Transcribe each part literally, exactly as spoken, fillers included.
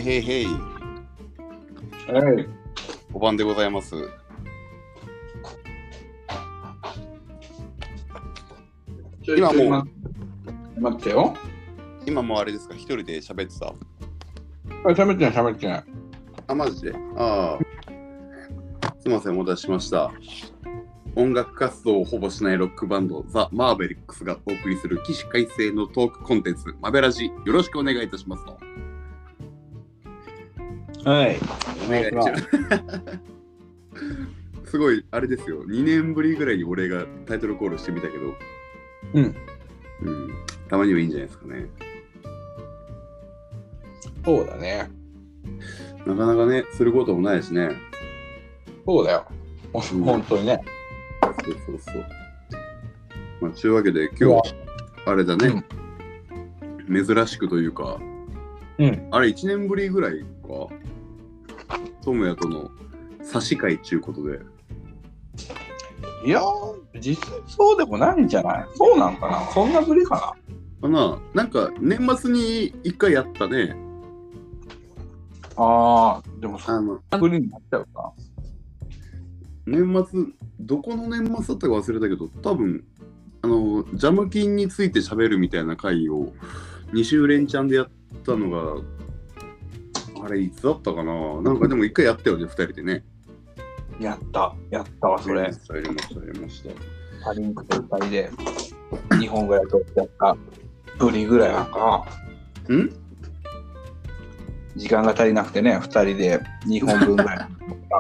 へいへい。 はい。 お晩でございます。今もう、 待ってよ。 今もうあれですか、一人で喋ってた？ あ、喋ってない、喋ってない。 あ、マジで？ああ。すいません、お待たせしました。音楽活動をほぼしないロックバンド、ザ・マーベリックスがお送りする起死回生のトークコンテンツ、マベラジ、よろしくお願いいたしますと。 はい。 お願いします。すごい、あれですよ、にねんぶりぐらいに俺がタイトルコールしてみたけど、 うん。 うん、たまにはいいんじゃないですかね。 そうだね。 なかなかね、することもないしね。 そうだよ。 うん、 本当にね。 そうそうそう。まあ、というわけで、今日、あれだね、うん、珍しくというか、 うん、 あれ、いちねんぶりぐらいか、智也との差し会ちゅうことで。 いやー、実際そうでもないんじゃない？そうなんかな？そんなぶりかなかな、なんか、年末に一回やったね。 あー、でもそんなぶりになっちゃうか。 年末、どこの年末だったか忘れたけど、多分あのジャム金について喋るみたいな回をに週連チャンでやったのが、あれいつだったかな。なんかでも一回やったよね、ふたりでね。 やった、やったわ、それ。 やりました、やりました、やりました。 パリンクとふたりでにほんぐらい撮ってやったぶりぐらいなのかな。ん時間が足りなくてね、ふたりでにほんぶんぐらい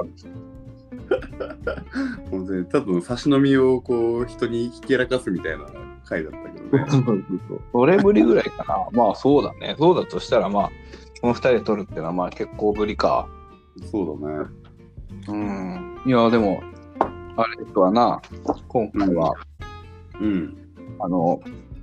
本当に多分差し飲みをこう人にひけらかすみたいな回だったけどね。 それぶりぐらいかな。まあそうだね。そうだとしたらまあこのふたりで撮るっていうのはまあ結構ぶりか。 そうだね。 うん。いやでもあれとはな、今回は、 うん、うん、 あの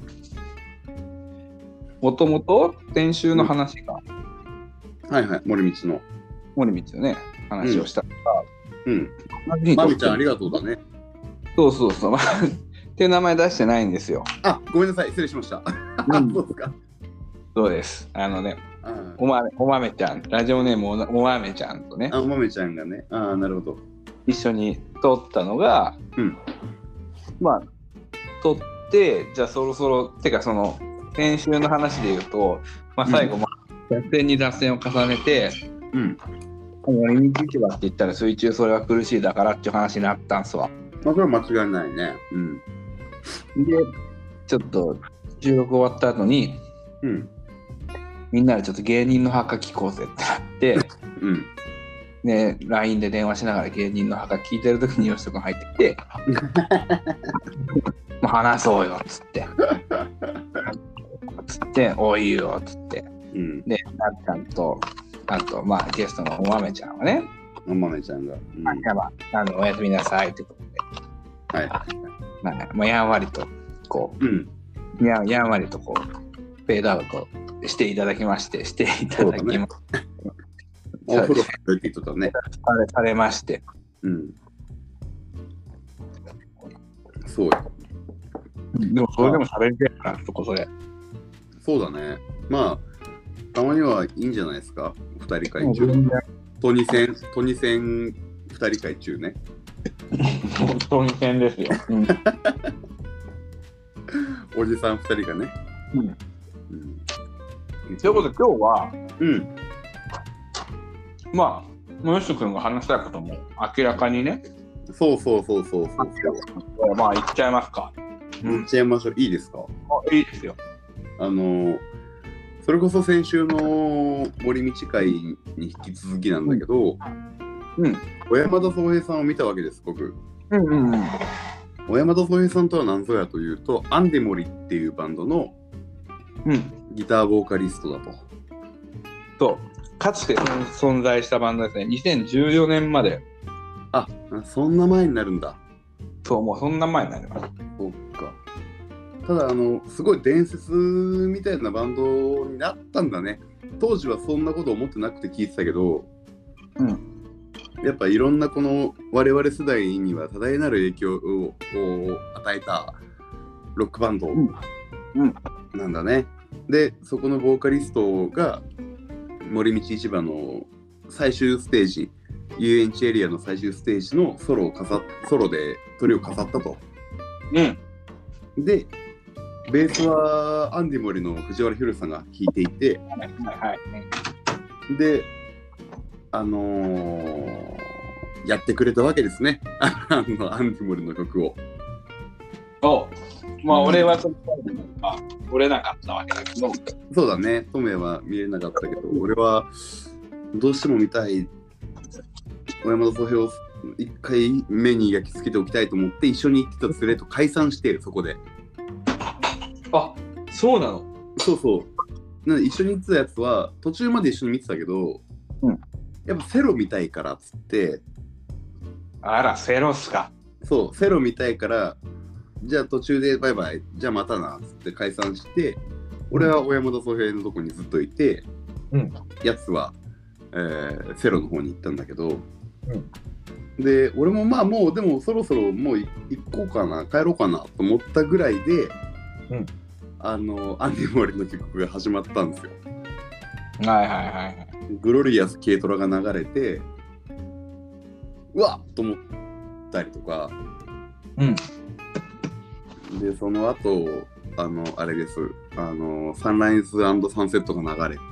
もともと先週の話が、 うん、はいはい、森道の森道のね話をしたから、 うん、うん、まみちゃんありがとうだね。 そうそうそう。って名前出してないんですよ。 あ、ごめんなさい、失礼しました。うん、そうですか。 そうです。あのね、おまめ、おまめちゃん、ラジオネームお、おまめちゃんとね。 あ、おまめちゃんがね、ああ、なるほど。 一緒に撮ったのが、 うん、 まあ、撮って、じゃあそろそろ、てかその、先週の話で言うと、まあ最後、まあ、脱線に脱線を重ねて、 うん。 森道市場って言ったら水中それは苦しいだからっていう話になったんすわ。 まあ、それは間違いないね。うん。 で、ちょっと収録終わった後に、 うん、 みんなでちょっと芸人の墓聞こうぜってなって、 うん、 ね、ライン で電話しながら芸人の墓聞いてる時によしとくん入ってきてもう話そうよっつってつっておいよっつって、うん、でなっちゃんとあとまあゲストのおまめちゃんはね、 おまめちゃんが、うん、 あやばあのおやすみなさいってことで、はい、まあ、もうやんわりとこう、うん、や, やんわりとこうフェードアウトしていただきましてしていただきまして、 お風呂入っていたね。 され、されまして、 うん、そうよ。 でもそれでも喋りたいからそこそれ。 そうだね。まあたまにはいいんじゃないですか。ふたり会中。トニセントニセンふたり会中ね。 トニセンですよ。うん、 おじさんふたりがね。 うん。うん、ということで今日は、 うん、 まあよしとくんが話したいことも明らかにね。 そうそうそうそうそうそう。まあ言っちゃいますか。 言っちゃいましょう。いいですか？ あ、いいですよ。 あのそれこそ先週の森道会に引き続きなんだけど、 うん、 小山田宗平さんを見たわけです、僕。 うんうんうん、 小山田宗平さんとは何ぞやというと、アンデモリっていうバンドのギターボーカリストだと。うん、 とかつて存在したバンドですね。にせんじゅうよねんまで。 あ、そんな前になるんだ。 そう、もうそんな前になります。 そうか。ただあのすごい伝説みたいなバンドになったんだね。当時はそんなこと思ってなくて聞いてたけど、 うん、 やっぱいろんなこの我々世代には多大なる影響を与えたロックバンドなんだね。うんうん、でそこのボーカリストが森道市場の最終ステージ、遊園地エリアの最終ステージのソロを飾っソロで鳥を飾ったと。 うん。 で、ベースはアンディモリの藤原宏さんが弾いていて、 はいはい、 で、あのー、やってくれたわけですね。あのアンディモリの曲を。 そう。まあ、俺はちょっと、あ、折れなかったわけだけど。 そうだね。トメは見れなかったけど、俺はどうしても見たい。小山田宗平を一回目に焼き付けておきたいと思って一緒に行ってた連れと解散してそこで。 あ、そうなの？ そうそう。なので一緒に行ってたやつは途中まで一緒に見てたけど、うん、やっぱセロ見たいからっつって。 あら、セロっすか。 そう、セロ見たいからじゃあ途中でバイバイ、じゃあまたなっつって解散して、俺は小山田宗平のとこにずっといて、うん、やつは、えー、セロの方に行ったんだけど、うん、で俺もまあもうでもそろそろもう行こうかな帰ろうかなと思ったぐらいで、うん、あのアンディモリの曲が始まったんですよ。 はいはいはい。 グロリアス軽トラが流れて、うわっと思ったりとか、うん、でその後あのあれですあのサンライズ&サンセットが流れて、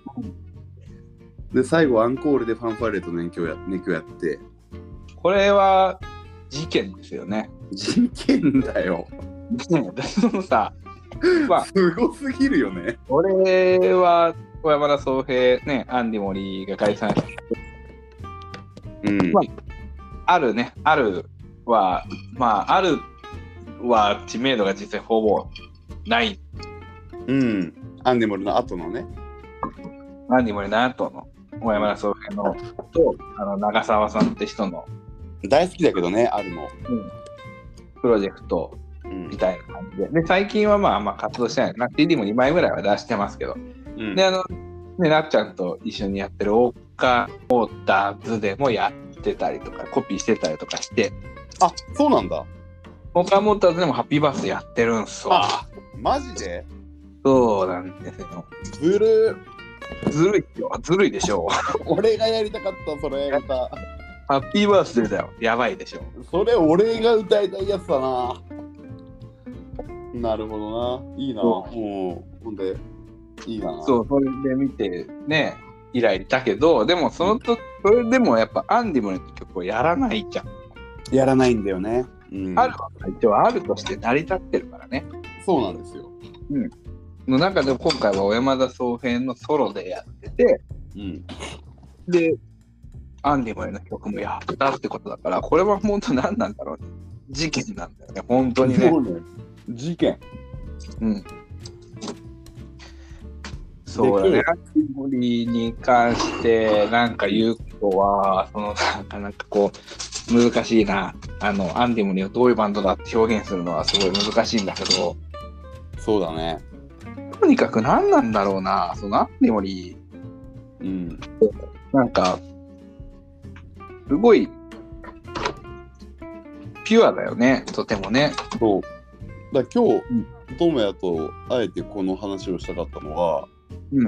で最後アンコールでファンファーレと熱狂や熱狂やって、 これは事件ですよね。 事件だよ。 そのさ、 まあ、すごすぎるよね。 俺は小山田宗平ね、アンディモリが解散して、うんまあ、あるね、あるはまああるは知名度が実際ほぼない。 うん。アンディモリの後のね。 アンディモリの後の小山田宗平のとあの長澤さんって人の大好きだけどね、あるの、 うん、プロジェクトみたいな感じで、うん、で最近はまああんま活動してないな。シーディー もにまいぐらいは出してますけど、うん、であのねなっちゃんと一緒にやってるオーカーモーターズでもやってたりとかコピーしてたりとかして。 あ、そうなんだ。 オーカーモーターズでもハッピーバースデーやってるんすわ。 あ、マジで？ そうなんですよ。 ずるずるいよ。ずるいでしょ。 俺がやりたかったそれ歌。 ハッピーバースデーだよ。やばいでしょ。 それ俺が歌いたいやつだな。なるほどな。いいな。もうほんでいいな。 そう、それで見てね以来いたけど、でもそのとそれでもやっぱアンディモリの曲をやらないじゃん。 やらないんだよね。うん、 あるは一応あるとして成り立ってるからね。 そうなんですよ。 うん。の中でも今回は小山田宗平のソロでやってて、うん、でアンディモリの曲もやったってことだから、これは本当何なんだろうね。事件なんだよね、本当にね。 そうね。事件。 うん。そうだね。アンディモリに関してなんか言うことは、そのなんかなんかこう難しいな。あのアンディモリをどういうバンドだって表現するのはすごい難しいんだけど。 そうだね。 とにかく何なんだろうな、そのアンディモリ、うん、なんかすごいピュアだよね、とてもね。 そうだ今日、うん、トモヤとあえてこの話をしたかったのは、うん、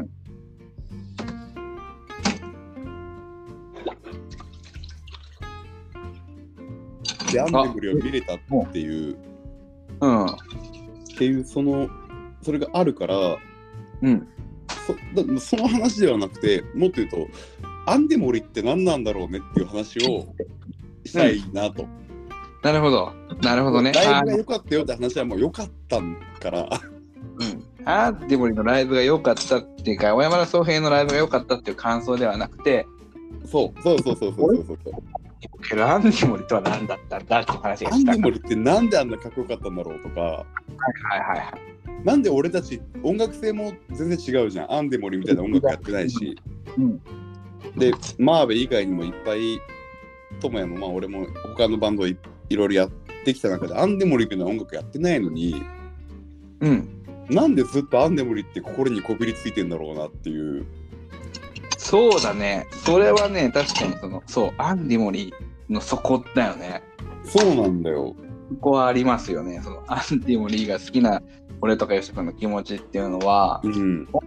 でアンディモリを見れたっていう、うん、っていうそのそれがあるから、うん、そ, だその話ではなくて、もっと言うとアンディモリって何なんだろうねっていう話をしたいなと、うん、 なるほどなるほどね。 ライブが良かったよって話はもう良かったから、 うん、アンディモリのライブが良かったっていうか、小山田宗平のライブが良かったっていう感想ではなくて、 そうそうそうそうそうそうそうアンディモリとは何だったんだっていう話がした。 アンディモリってなんであんなかっこよかったんだろうとか、はいはいはいはい、 なんで俺たち音楽性も全然違うじゃん。アンディモリみたいな音楽やってないし、うん、でマーベ以外にもいっぱいトモヤもまあ俺も他のバンド い, いろいろやってきた中でアンディモリみたいな音楽やってないのに、うん、なんでずっとアンディモリって心にこびりついてんだろうなっていう。 そうだね、それはね確かにそのそうアンディモリの底だよね。 そうなんだよ。 そこはありますよね。そのアンディモリが好きな俺とか吉君の気持ちっていうのは、うん、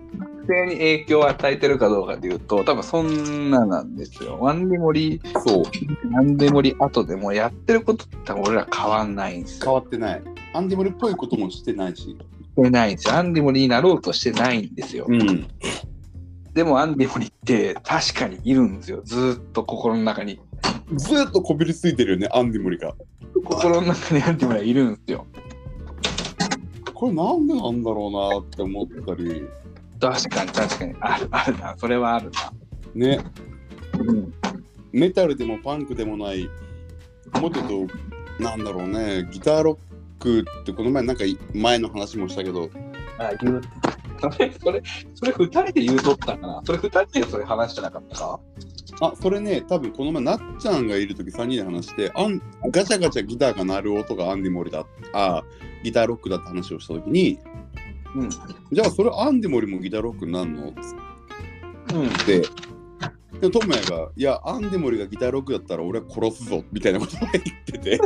性に影響を与えてるかどうかでいうと、多分そんななんですよ。アンディモリ、 そう。 アンディモリ後でもやってることって多分俺ら変わんないんですよ。 変わってない。アンディモリっぽいこともしてないし。 してないんですよ。アンディモリになろうとしてないんですよ。うん。でもアンディモリって確かにいるんですよ。ずーっと心の中に。 ずーっとこびりついてるよね、アンディモリが。 心の中にアンディモリはいるんですよ。 これなんでなんだろうなって思ったり。 確かに確かにあるあるな、それはあるな。 ね、うん、メタルでもパンクでもない、もっと言うとなんだろうね、ギターロックってこの前なんか前の話もしたけど、 あ言うそれそれそれふたりで言うとったかな。それふたりでそれ話してなかったか。 あ、それね、多分この前なっちゃんがいるときさんにんで話して、あんガチャガチャギターが鳴る音がアンディモリだ、あギターロックだって話をしたときに、うん、じゃあそれアンディモリもギターロックになるの、うん、で、でトモヤがいやアンディモリがギターロックだったら俺は殺すぞみたいなことを言ってて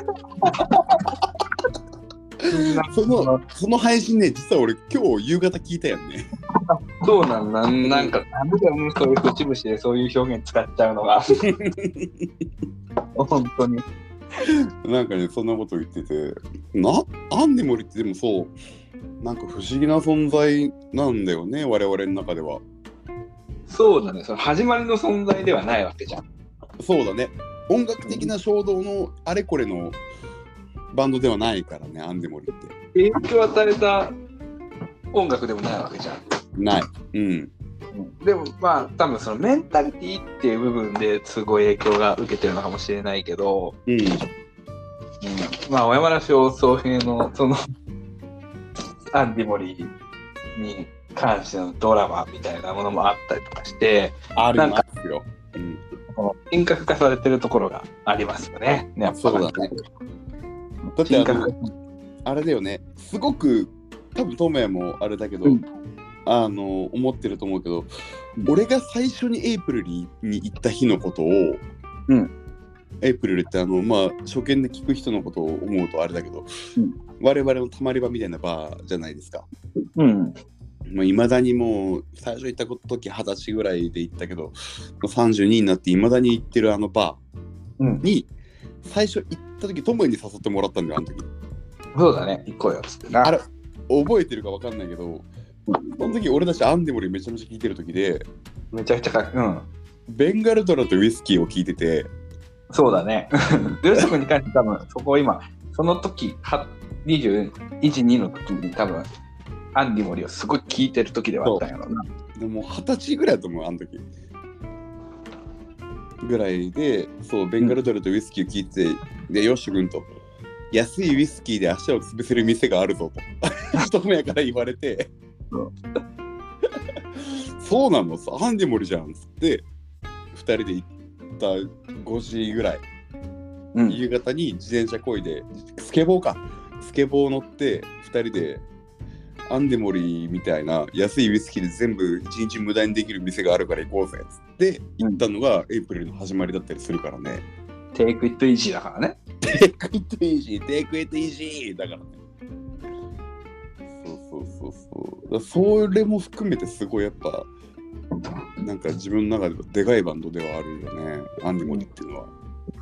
そのその配信ね、実は俺今日夕方聞いたよね。 そうなんなん、なんかダメだよね、そういう節々でそういう表現使っちゃうのが本当になんかね、そんなこと言ってて、なアンディモリってでもそうなんか不思議な存在なんだよね、我々の中では。 そうだね、その始まりの存在ではないわけじゃん。 そうだね、音楽的な衝動のあれこれのバンドではないからね、アンディモリって。 影響を与えた音楽でもないわけじゃん。 ない。うん。 でもまあ多分そのメンタリティっていう部分ですごい影響が受けてるのかもしれないけど、うん。うん、まあ小山田翔総平のそのアンディモリに関してのドラマみたいなものもあったりとかして、 あるんですよ。うん、 人格化されてるところがありますよね。やっぱそうだね。だってあのあれだよね、すごく多分トモヤもあれだけど、うん、あの思ってると思うけど、うん、俺が最初にエイプリルに行った日のことを、うん、エイプリルってあのまあ初見で聞く人のことを思うとあれだけど、うん、我々のたまり場みたいなバーじゃないですか。うん。まあ、未だにもう最初行った時はたちぐらいで行ったけどさんじゅうにになって未だに行ってるあのバーに、うん、最初行った時トモヤに誘ってもらったんだよ、あの時。 そうだね、行こうよっつってな。 あれ覚えてるか分かんないけど、その時俺たちアンディモリめちゃめちゃ聴いてる時で、 めちゃくちゃかっこいい、うん、 ベンガルドラとウイスキーを聴いてて。 そうだね。ヨシコに関して多分そこ今その時はにじゅういち、にの時に多分アンディモリをすごい聴いてる時ではあったんやろな。 でもはたちぐらいだと思う、あの時ぐらいで、そうベンガルドラとウイスキーを聴いてて、うん、でヨシ君と安いウイスキーで足を潰せる店があるぞとトモヤから言われて、うん、そうなのさ、アンディモリじゃんっつってふたりで行ったごじぐらい、うん、夕方に自転車こいでスケボーかスケボー乗ってふたりでアンディモリみたいな安いウイスキーで全部いちにち無駄にできる店があるから行こうぜっつって行ったのがエイプリルの始まりだったりするからね。 テイクイットイージーだからね。 テイクイットイージー、テイクイットイージーだからね。そうそうそうそう。それも含めてすごいやっぱなんか自分の中ではでかいバンドではあるよね、アンディモリっていうのは。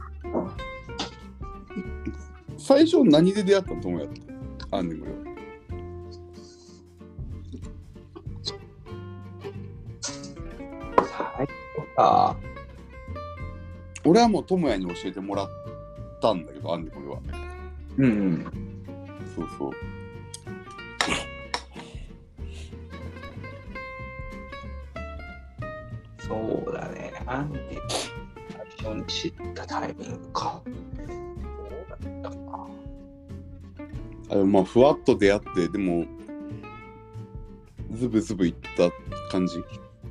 最初何で出会ったのともやってアンディモリは。 最初か。 俺はもうともやに教えてもらったんだけど、アンディモリは。うんうん。そうそう。 そうだね。アンディ最初に知ったタイミングか。そうだったか。 あでもまあふわっと出会ってでもズブズブいった感じ。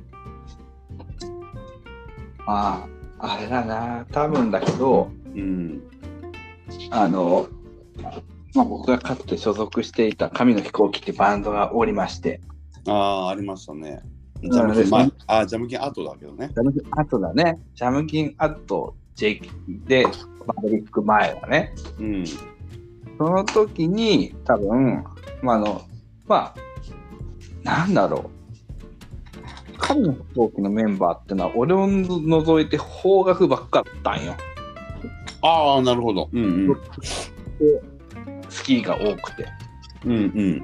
ああ、あれだな、多分だけど、うん、あの、まあ、僕がかつて所属していた神の飛行機ってバンドがおりまして。 ああ、ありましたね。ジャムキン、まあ、あジャムキン後だけどね。 ジャムキン後だね。ジャムキン後 J でマーリック前だね。うん。その時に多分、まああの、まあ、なんだろう。 神の飛行機のメンバーってのは俺を除いて邦楽ばっかだったんよ。 ああ、なるほど。うんうん。 スキーが多くて。 うんうん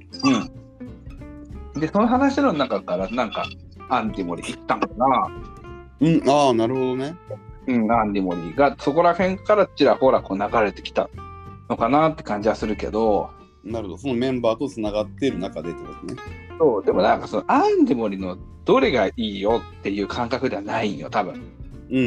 うん。でその話の中からなんかアンディモリ行ったのかな。 うん、ああ、なるほどね。 うん、アンディモリがそこら辺からちらほらこう流れてきたのかなって感じはするけど。 なるほど、そのメンバーとつながっている中でってことね。 そう、でもなんかそのアンディモリのどれがいいよっていう感覚ではないんよ、多分。 うん。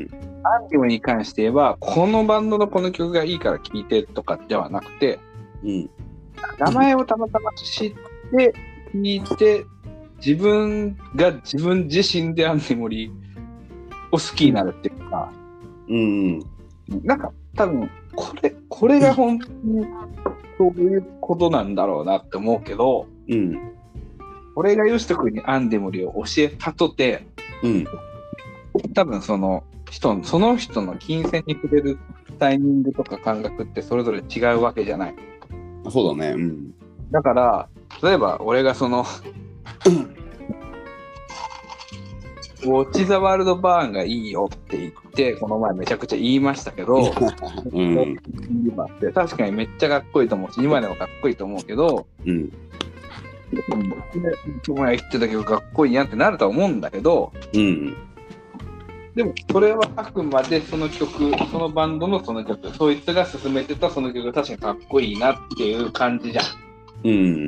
アンディモリに関して言えば、このバンドのこの曲がいいから聴いてとかではなくて、 うん、 名前をたまたま知って聴いて、自分が自分自身でアンディモリを好きになるっていうか、 うん、 なんか多分これこれが本当にそういうことなんだろうなって思うけど、 うん、 俺がヨシト君にアンディモリを教えたとて、 うん、 多分その人その人の金銭に触れるタイミングとか感覚ってそれぞれ違うわけじゃない。 そうだね。うん、 だから例えば俺がそのウォッチ・ザ・ワールド・バーンがいいよって言ってこの前めちゃくちゃ言いましたけど、うん、今って確かにめっちゃかっこいいと思うし今でもかっこいいと思うけど、 うん、 お前言ってたけどかっこいいやんってなるとは思うんだけど、 うん、 でもそれはあくまでその曲そのバンドのその曲そいつが進めてたその曲が確かにかっこいいなっていう感じじゃん。 うん、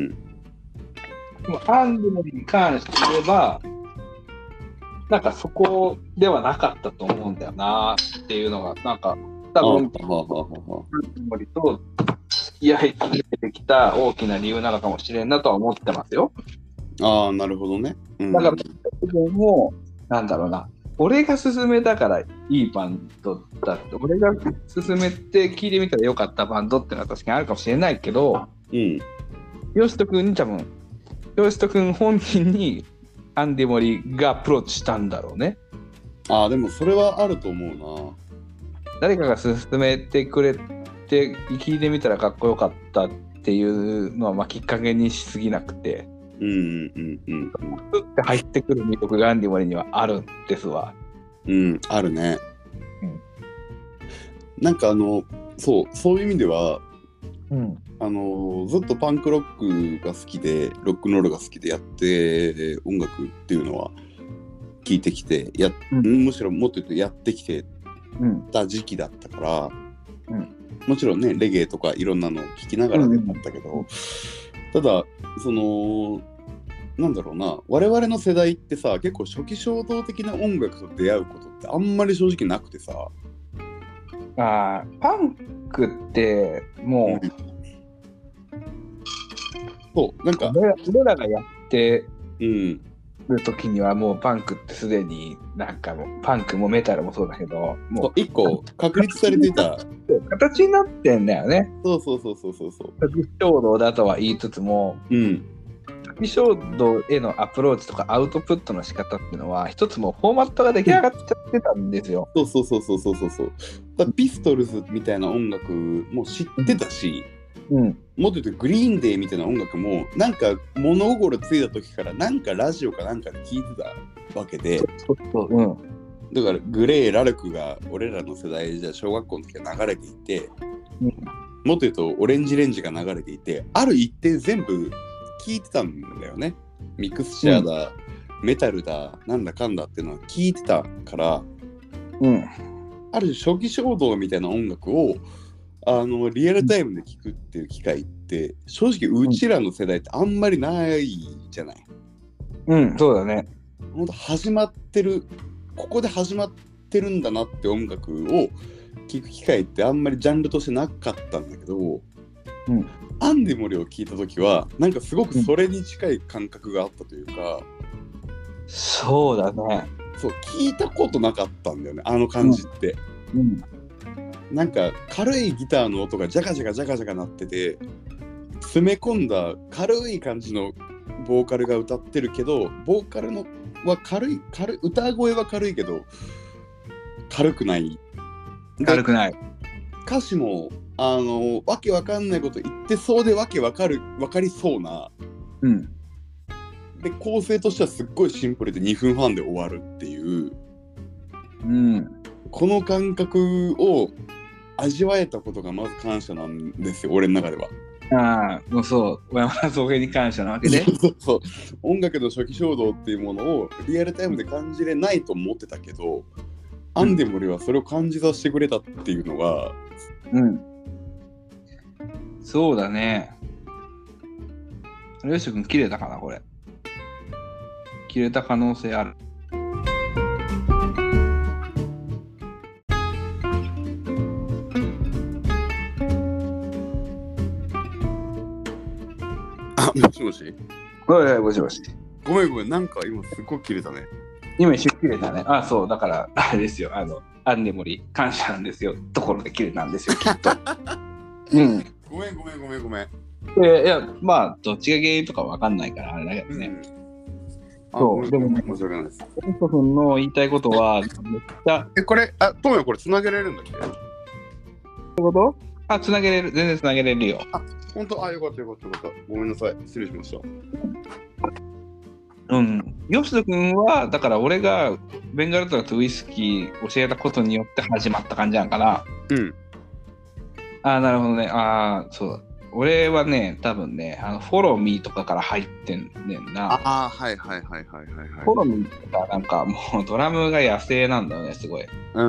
でもアンディモリに関して言えばなんかそこではなかったと思うんだよなっていうのがなんか多分アンディモリと付き合い続けてきた大きな理由なのかもしれんなとは思ってますよ。 ああ、なるほどね。うん、 だから自分もなんだろうな俺が勧めだからいいバンドだって俺が勧めて聴いてみたらよかったバンドってのは確かにあるかもしれないけど、 うん、 ヨシト君に多分ヨシト君本人にアンディモリがアプローチしたんだろうね。 ああ、でもそれはあると思うな。 誰かが勧めてくれて聞いてみたらかっこよかったっていうのはまあきっかけにしすぎなくて、 うんうんうんうん。 って入ってくる魅力がアンディモリにはあるんですわ。 うん、あるね。 うん、 なんかあのそうそういう意味では、 うん、 あのずっとパンクロックが好きでロックンロールが好きでやって音楽っていうのは聴いてきてや、うん、むしろもっと言うとやってきてた時期だったから、うん、もちろんねレゲエとかいろんなのを聴きながらでもあったけど、うん、ただそのなんだろうな我々の世代ってさ結構初期衝動的な音楽と出会うことってあんまり正直なくてさあパンクってもう、うん、 そうなんか俺らがやってる時にはもうパンクってすでになんかもうパンクもメタルもそうだけどもう一個確立されてた形になってんだよね。 そうそうそうそうそうそう初期衝動だとは言いつつも、うん初期衝動へのアプローチとかアウトプットの仕方っていうのは一つもうフォーマットが出来上がっちゃってたんですよ。 そうそうそうそうそうそうそうだピストルズみたいな音楽も知ってたし、うん、もっと言うとグリーンデーみたいな音楽もなんか物心ついた時からなんかラジオかなんかで聞いてたわけでそうそうそう、うん、だからグレーラルクが俺らの世代じゃ小学校の時は流れていて、うん、もっと言うとオレンジレンジが流れていてある一点全部聞いてたんだよね。ミクスチャーだ、うん、メタルだなんだかんだっていうのは聞いてたから、うん、ある種初期衝動みたいな音楽をあのリアルタイムで聞くっていう機会って正直うちらの世代ってあんまりないじゃない。 うん、そうだね。 ほんと始まってるここで始まってるんだなって音楽を聞く機会ってあんまりジャンルとしてなかったんだけど、うん、アンディモリを聞いた時はなんかすごくそれに近い感覚があったというか、うん、 そうだね。 そう聞いたことなかったんだよねあの感じって、うんうん、なんか軽いギターの音がジャカジャカジャカジャカ鳴ってて詰め込んだ軽い感じのボーカルが歌ってるけどボーカルのは軽い軽い歌声は軽いけど軽くない軽くない歌詞もあのわけわかんないこと言ってそうでわけわかるわかりそうな、うん、 で構成としてはすっごいシンプルでにふんはんで終わるっていう、 うん、 この感覚を味わえたことがまず感謝なんですよ、俺の中では。 ああ、もうそう、小山田宗平に感謝なわけで。 そうそう、音楽の初期衝動っていうものをリアルタイムで感じれないと思ってたけど、うん、アンデモリはそれを感じさせてくれたっていうのが、 うん、そうだね。よし君切れたかなこれ。切れた可能性ある。 もしもし。 はいはい、もしもし。 ごめんごめん、なんか今すっごい切れたね。 今一瞬切れたね。あ、そう、だから、あれですよ、あの、アンデモリ感謝なんですよ。ところで切れたんですよ、きっと。うん。 ごめんごめんごめんごめん。 えー、いや、まあ、どっちが原因とかわかんないから、あれだけどね。うん、そう、でも、 申し訳ないです。 トント君の言いたいことは、めっちゃ。 え、これ、あ、トモヤこれ繋げられるんだっけ？ってことあ、繋げれる、全然繋げれるよ。 あ、本当、あ、よかったよかったよかった。ごめんなさい、失礼しました。 うん。吉田君は、だから俺がベンガルトラとウイスキー教えたことによって始まった感じなんかな。 うん。 あ、なるほどね。あ、そうだ。俺はね、多分ね、あのフォローミーとかから入ってんねんな。 ああ、はいはいはいはいはい、はい。 フォローミーとかなんかもうドラムが野生なんだよね、すごい。 うん。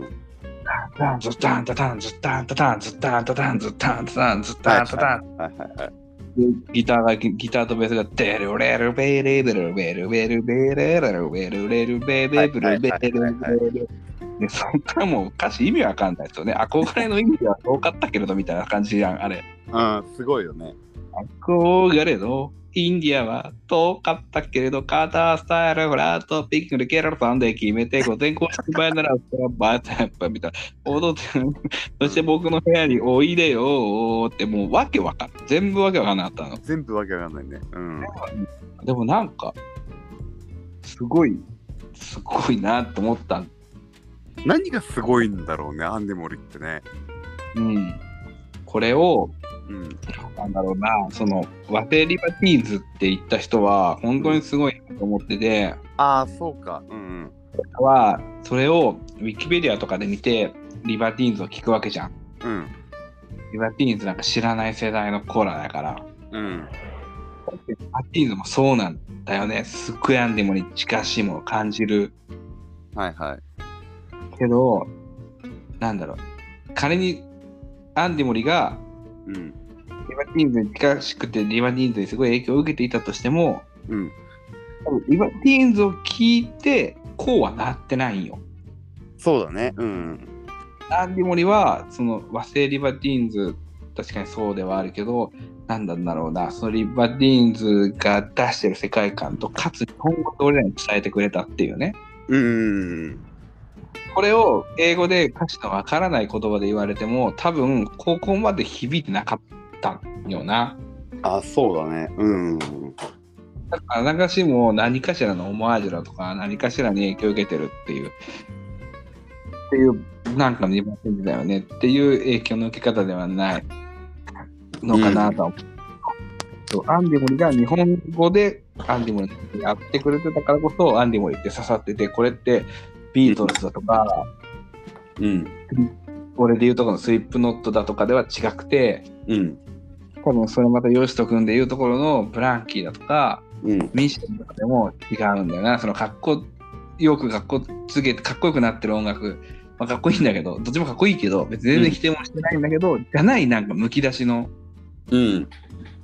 タンズタンタタンズタンタタンズタンタタンズタンタタンズタンタタン。 はいはいはい。 ギターがギターとベースがデルレルベルベルベルベルベルベルベルベルベルベルベルベルで、そんなもう歌詞意味わかんないですよね。憧れの意味は遠かったけれどみたいな感じじゃん、あれ。 ああ、すごいよね。 憧れのインディアは遠かったけれど、カータースタイルフラットピックでケラルさんで決めて、午前公式前ならバータッパみたいな。踊って、そして僕の部屋においでよってもうわけわかんない。全部わけわかんなかったの。 全部わけわかんないね。うん。 でもなんか、すごい、すごいなって思った。 何がすごいんだろうね、アンデモリってね。 うん。これを、うん、なんだろうな、その和製リバティーンズって言った人は本当にすごいと思ってて、うん、 ああ、そうか。うんうん。 はそれをウィキペディアとかで見てリバティーンズを聞くわけじゃん。 うん。 リバティーンズなんか知らない世代のコーラだから。 うん。 リバティーンズもそうなんだよね。すっごいアンデモに近しいものを感じる。 はいはい。 けど、なんだろう。仮にアンデモリがうん、 リバティーンズに近しくてリバティーンズにすごい影響を受けていたとしても、 うん、 リバティーンズを聞いてこうはなってないんよ。 そうだね。うん。 アンディモリはその和製リバティーンズ確かにそうではあるけど、なんだろうな、そのリバティーンズが出してる世界観とかつ日本語で俺らに伝えてくれたっていうね。 うん。 これを英語で歌詞のわからない言葉で言われても多分ここまで響いてなかったよな。 あ、そうだね。うん。だから何かしも何かしらのオマージュだとか何かしらに影響を受けてるっていうっていうなんかのリバティーンズだよねっていう影響の受け方ではないのかなと思う。うん、アンディモリが日本語でアンディモリってやってくれてたからこそアンディモリって刺さってて、これってビートルズだとか、 うん、 俺で言うとこのスリップノットだとかでは違くて、 うん、 多分それまたヨシト君で言うところのブランキーだとか、うん、ミッションとかでも違うんだよな。そのかっこよくかっこつけてかっこよくなってる音楽、まあ、かっこいいんだけど、どっちもかっこいいけど別に全然否定もしてないんだけど、うん、じゃないなんかむき出しの、 うんうん、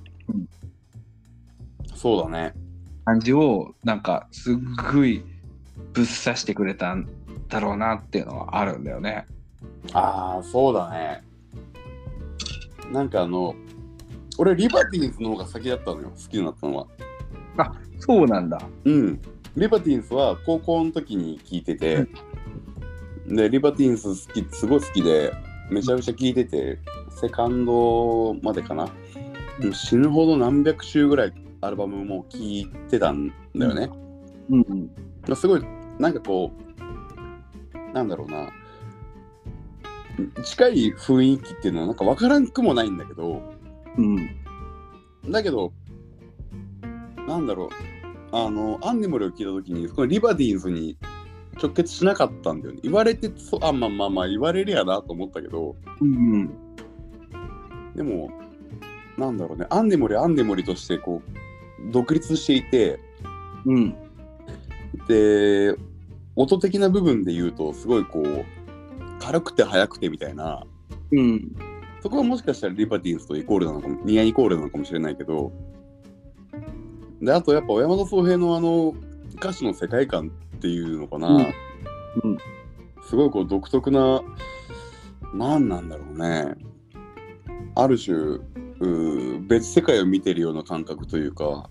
そうだね感じをなんかすっごいぶっ刺してくれたんだろうなっていうのはあるんだよね。 ああ、そうだね。なんかあの俺リバティーンズの方が先だったのよ、好きになったのは。 あ、そうなんだ。 うん。リバティーンズは高校の時に聴いてて、うん、でリバティーンズ好き、すごい好きでめちゃめちゃ聴いてて、セカンドまでかな、うん、死ぬほど何百週ぐらいアルバムも聴いてたんだよね。 うん、うん、 すごいなんかこうなんだろうな、近い雰囲気っていうのはなんか分からんくもないんだけど、 うん、 だけどなんだろあのアンデモリを聞いた時にこのリバティーンズに直結しなかったんだよね。言われてそあまあまあまあ言われりゃなと思ったけど、うん、でもなんだろうね、アンデモリアンデモリとしてこう独立していて、うん、で音的な部分で言うとすごいこう軽くて速くてみたいな、うん、そこはもしかしたらリバティーンズとイコールなのかも、ニアイコールなのかもしれないけど、であとやっぱ小山田宗平のあの歌詞の世界観っていうのかな、うんうん、すごいこう独特な、なんなんだろうね、ある種う別世界を見てるような感覚というか、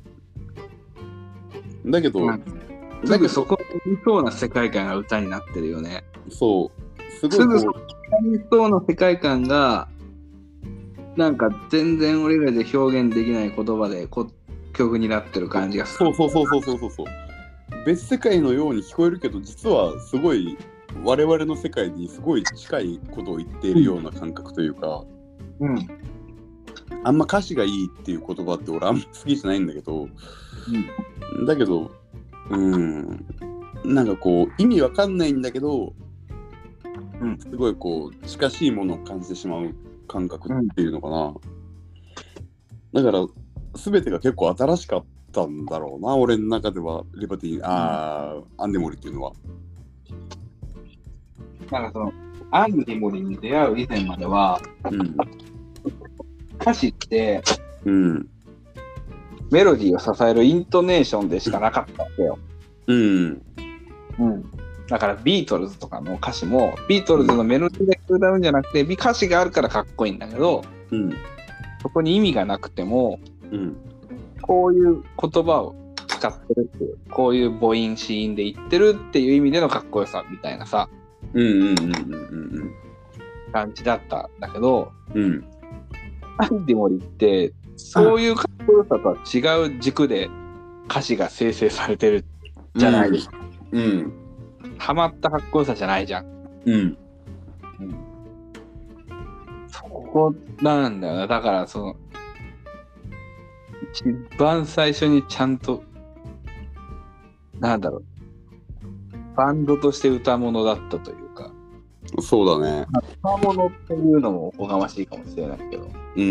だけど、うん、 だけどそこにそうな世界観が歌になってるよね。 そうすごいこうすぐそこにそうな世界観がなんか全然俺らで表現できない言葉でこ曲になってる感じがする。 そうそうそうそうそうそう、別世界のように聞こえるけど実はすごい我々の世界にすごい近いことを言っているような感覚というか、うん、あんま歌詞がいいっていう言葉って俺あんま好きじゃないんだけど、うん、だけどうんなんかこう意味わかんないんだけど、うん、すごいこう近しいものを感じてしまう感覚っていうのかな、うん、だから全てが結構新しかったんだろうな、俺の中では。リバティ、あー、アンデモリっていうのはなんかそのアンデモリに出会う以前までは、うん、歌詞って、うん、メロディーを支えるイントネーションでしかなかったわけよ、うんうん、だからビートルズとかの歌詞もビートルズのメロディーだけ歌うんじゃなくて歌詞があるからかっこいいんだけど、うん、そこに意味がなくても、うん、こういう言葉を使ってるっていう、こういう母音子音で言ってるっていう意味でのかっこよさみたいなさ、うんうんうんうんうん、感じだったんだけど、うん、アンディモリってそういうかっこよさとは違う軸で歌詞が生成されてるじゃないですか、うんうん、ハマったかっこよさじゃないじゃん、うんうん、そこなんだよな。だからその一番最初にちゃんとなんだろう、バンドとして歌物だったというか。 そうだね。 歌物っていうのもおこがましいかもしれないけど、うん、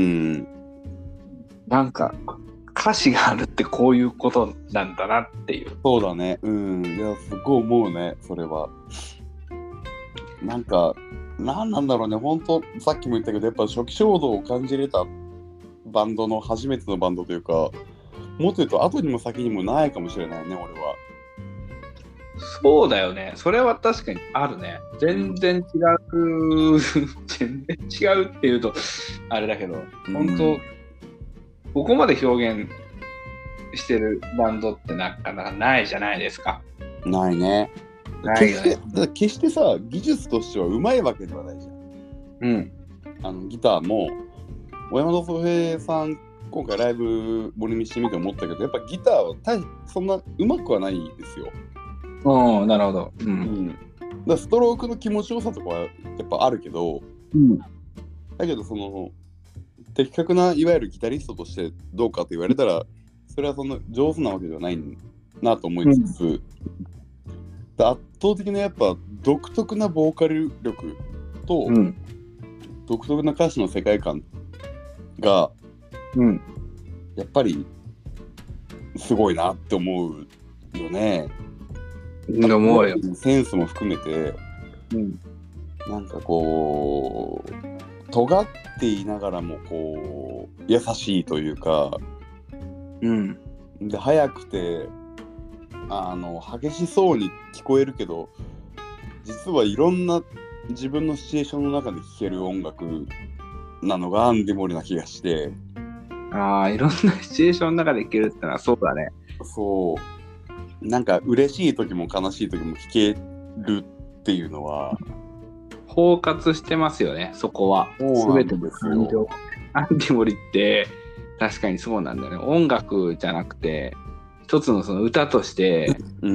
なんか歌詞があるってこういうことなんだなっていう。 そうだね。うん。いやすごい思うね、それは。なんかなんなんだろうね、本当さっきも言ったけどやっぱ初期衝動を感じれたバンドの初めてのバンドというか、もっと言うと後にも先にもないかもしれないね、俺は。 そうだよね。それは確かにあるね。全然違う全然違うっていうとあれだけど、うん、本当ここまで表現してるバンドってなかなかないじゃないですか。 ないね。ないよね。決して、決してさ技術としてはうまいわけではないじゃん。うん。あのギターも小山田宗平さん今回ライブ森見してみて思ったけど、やっぱギターは大そんなうまくはないですよ。 ああ、なるほど。うん。うん、 だからストロークの気持ちよさとかはやっぱあるけど、うん、だけどその的確ないわゆるギタリストとしてどうかと言われたらそれはそんな上手なわけではないなと思いつつ、うん、圧倒的なやっぱ独特なボーカル力と、うん、独特な歌詞の世界観が、うん、やっぱりすごいなって思うよね。 思うよ。 センスも含めて、うん、なんかこう尖っていながらもこう優しいというか、うん、で速くてあの激しそうに聞こえるけど実はいろんな自分のシチュエーションの中で聴ける音楽なのがアンデモリな気がして。 ああ、いろんなシチュエーションの中で聴けるってのはそうだね。 そうなんか嬉しい時も悲しい時も聴けるっていうのは包括してますよね、そこは。全ての感情。アンディモリって確かにそうなんだよね。音楽じゃなくて一つのその歌としてうん、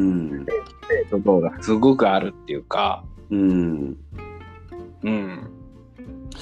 ところがすごくあるっていうか、うんうん、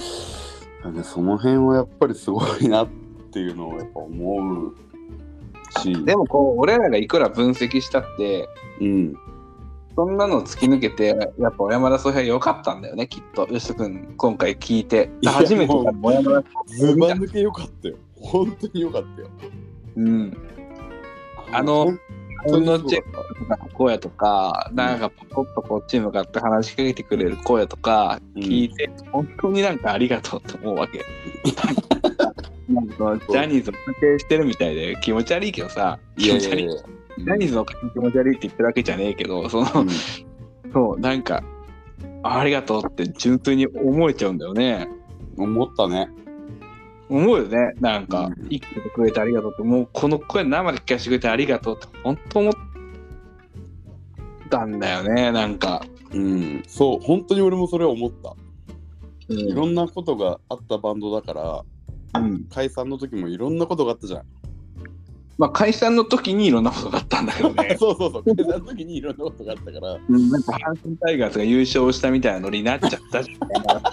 その辺はやっぱりすごいなっていうのをやっぱ思うし。 でもこう俺らがいくら分析したって、 うん、 そんなの突き抜けてやっぱ小山田宗平良かったんだよねきっと。よしとくん今回聞いて初めて小山田ズバ抜け良かったよ。本当に良かったよ。 うん。あのほんのチェックとか声とか、なんかポコッとこっちに向かって話しかけてくれる声とか聞いて、うん、本当になんかありがとうと思うわけ。なんかジャニーズを尊敬してるみたいで気持ち悪いけどさ、気持ち悪い。ジャニーズの気持ち悪いって言ってるわけじゃねえけど、その、うん、そうなんかありがとうって純粋に思えちゃうんだよね。 思ったね。 思うよね。なんか、うん、生きてくれてありがとうって、もうこの声生で聞かせてくれてありがとうって本当思ったんだよね。なんか、 うん、そう本当に俺もそれは思った、うん、いろんなことがあったバンドだから、うん、解散の時もいろんなことがあったじゃん。 まあ解散の時にいろんなことがあったんだけどね。 そうそうそう解散の時にいろんなことがあったから、 うん、なんか阪神タイガースが優勝したみたいなノリになっちゃったじゃん。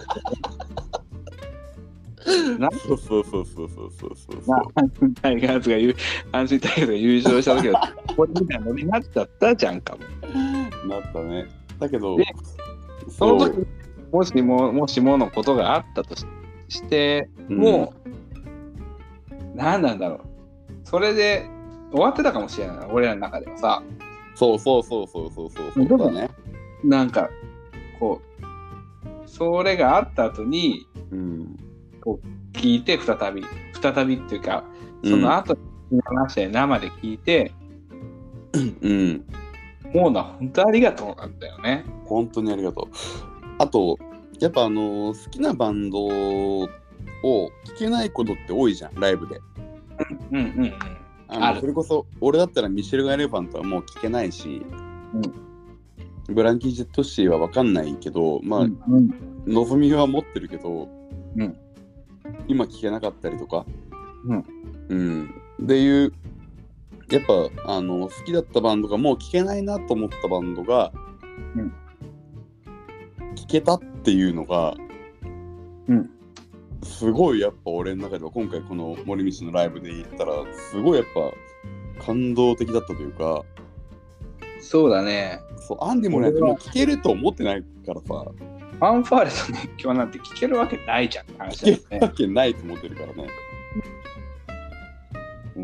なそうそうそうそうそうそうそう。 阪神タイガースが優阪神タイガースが優勝した時はこれみたいなノリになっちゃったじゃんかも。 なったね。だけどその時もしももしものことがあったと し, してもう、うん、何なんだろう。それで終わってたかもしれない。俺らの中ではさ。 そうそうそうそうそうそうそうだね。 なんかこうそれがあった後に。うんこう聞いて再び再びっていうかその後に話して生で聞いて、うん、もうな本当ありがとうなんだよね。 本当にありがとう。あとやっぱあのー、好きなバンドを聴けないことって多いじゃんライブで。 うんうんうん。 あのそれこそ俺だったらミシェルガ・エレファントはもう聴けないし、うん、ブランキー・ジェット・シーは分かんないけどまあ、うんうん、望みは持ってるけど、うん今聞けなかったりとか、うんうん、でいうやっぱあの好きだったバンドがもう聞けないなと思ったバンドが、うん、聞けたっていうのが、うん、すごいやっぱ俺の中では今回この森道のライブで言ったらすごいやっぱ感動的だったというか。 そうだね。 そうアンディもねもう聞けると思ってないからさ。 ファンファーレと熱狂なんて聞けるわけないじゃんって話だよね。 聞けるわけないと思ってるからね。うん。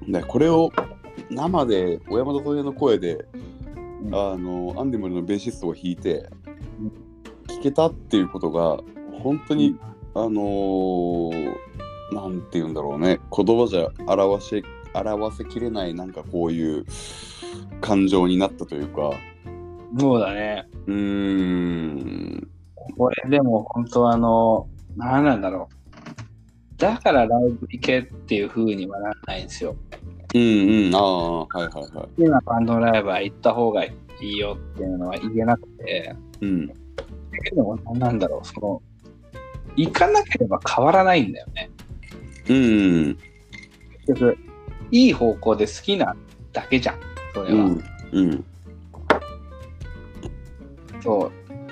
でこれを生で小山田宗平の声で、うん、あのアンディモリのベーシストを弾いて、うん、聞けたっていうことが本当に、うん、あのー、なんて言うんだろうね言葉じゃ表し表せきれないなんかこういう感情になったというか。 そうだね。 うーん。 これでも本当あの何なんだろう。だからライブ行けっていう風にはならないんですよ。 うんうん。ああはいはいはい。 好きなバンドライブは行った方がいいよっていうのは言えなくて。うん。でも何なんだろうその行かなければ変わらないんだよね。 うん。 結局いい方向で好きなだけじゃんそれは。うん。うんそう、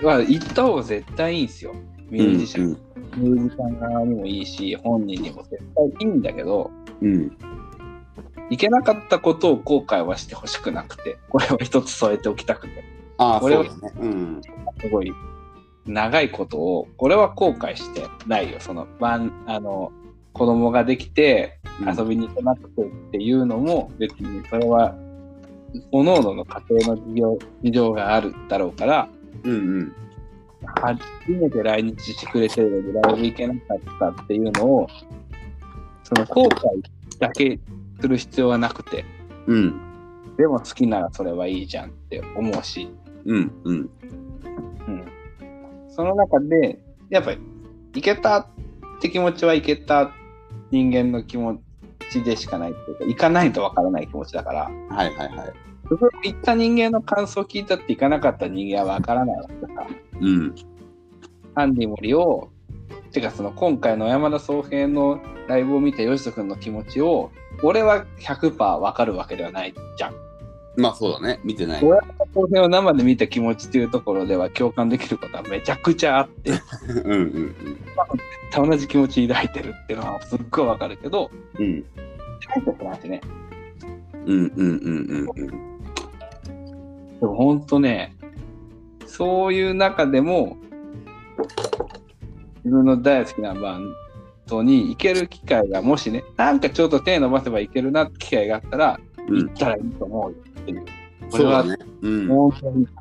まあ、行った方が絶対いいんですよ。ミュージシャン、うんうん、ミュージシャン側にもいいし、本人にも絶対いいんだけど、うん、行けなかったことを後悔はしてほしくなくて、これを一つ添えておきたくて。 ああ、 これはそうだね。うん。 すごい長いことを、これは後悔してないよ。その、あの、子供ができて遊びに行けなくてっていうのも、別にそれは、各々の家庭の事情、事情があるだろうから、うんうん、初めて来日してくれてるのでライブ行けなかったっていうのをその後悔だけする必要はなくて、うん、でも好きならそれはいいじゃんって思うし、うんうんうん、その中でやっぱり行けたって気持ちは行けた人間の気持ちでしかないっていうか行かないとわからない気持ちだから、 はいはいはい。 行った人間の感想を聞いたって行かなかった人間は分からないわけだから、うん、アンディモリをてかその今回の山田宗平のライブを見てヨシト君の気持ちを俺は ひゃくパーセント 分かるわけではないじゃん。 まあそうだね見てない。 山田宗平を生で見た気持ちというところでは共感できることはめちゃくちゃあってうんうん、うん、同じ気持ち抱いてるっていうのはすっごい分かるけど、うん、 大切なんてね。 うんうんうんうんうん。でも本当ね、そういう中でも自分の大好きなバンドに行ける機会がもしね、なんかちょっと手伸ばせば行けるなって機会があったら、うん、行ったらいいと思うよっていう。これはそうだね。うん。 本当に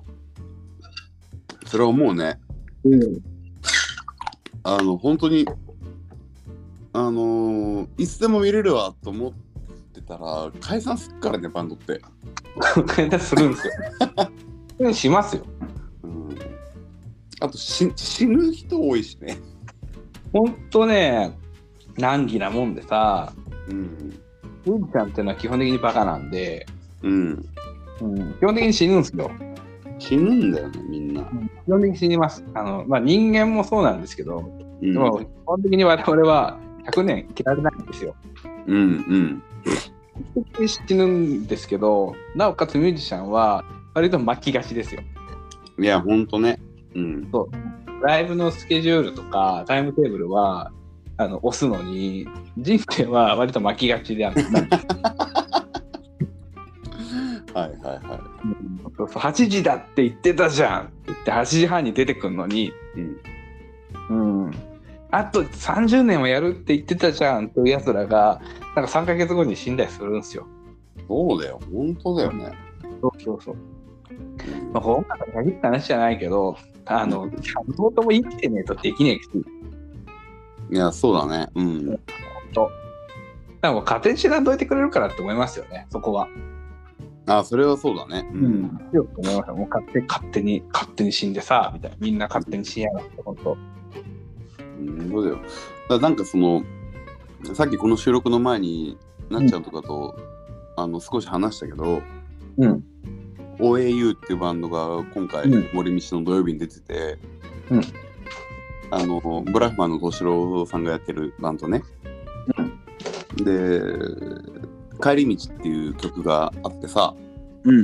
それは思うね。 うん。 あの本当にあのー、いつでも見れるわと思ってたら解散すっからね、バンドって。 解散するんですよ。しますよ。 うん。あとし死ぬ人多いしね。 ほんとね、難儀なもんでさ、 うん。 ミュージシャンっていうのは基本的にバカなんで、 うん。 うん、基本的に死ぬんですよ。 死ぬんだよね、みんな。 基本的に死にます。あの、まあ、人間もそうなんですけど、うん、でも基本的に我々はひゃくねん生きられないんですよ。 うんうん。 基本的に死ぬんですけど、なおかつミュージシャンは割と巻きがちですよ。 いや、ほんとね。うん。 そう。ライブのスケジュールとかタイムテーブルはあの押すのに、人生は割と巻きがちであったんです。 はいはいはい。 そうそう、はちじだって言ってたじゃんって言ってはちじはんに出てくるのに、うんうん、あとさんじゅうねんはやるって言ってたじゃんというやつらがなんかさんかげつごに死んだりするんですよ。 そうだよ、本当だよね。 そうそうそう。まあ、音楽に限った話じゃないけど、あのちゃんとも生きてねえとできねえし。 いや、そうだね。うん。 とだからもう勝手に知らんといてくれるからって思いますよね、そこは。 あ、それはそうだね。 うん。よく思いました。もう勝手勝手に勝手に死んでさみたいな、みんな勝手に死んやがって本当。 うん、そうだよ。だからなんかそのさっきこの収録の前になっちゃんとかと、うん、あの少し話したけど、 うん、 オーエーユー っていうバンドが今回、うん、森道の土曜日に出てて、うん、あのブラフマンの敏郎さんがやってるバンドね。うん、で帰り道っていう曲があってさ、うん、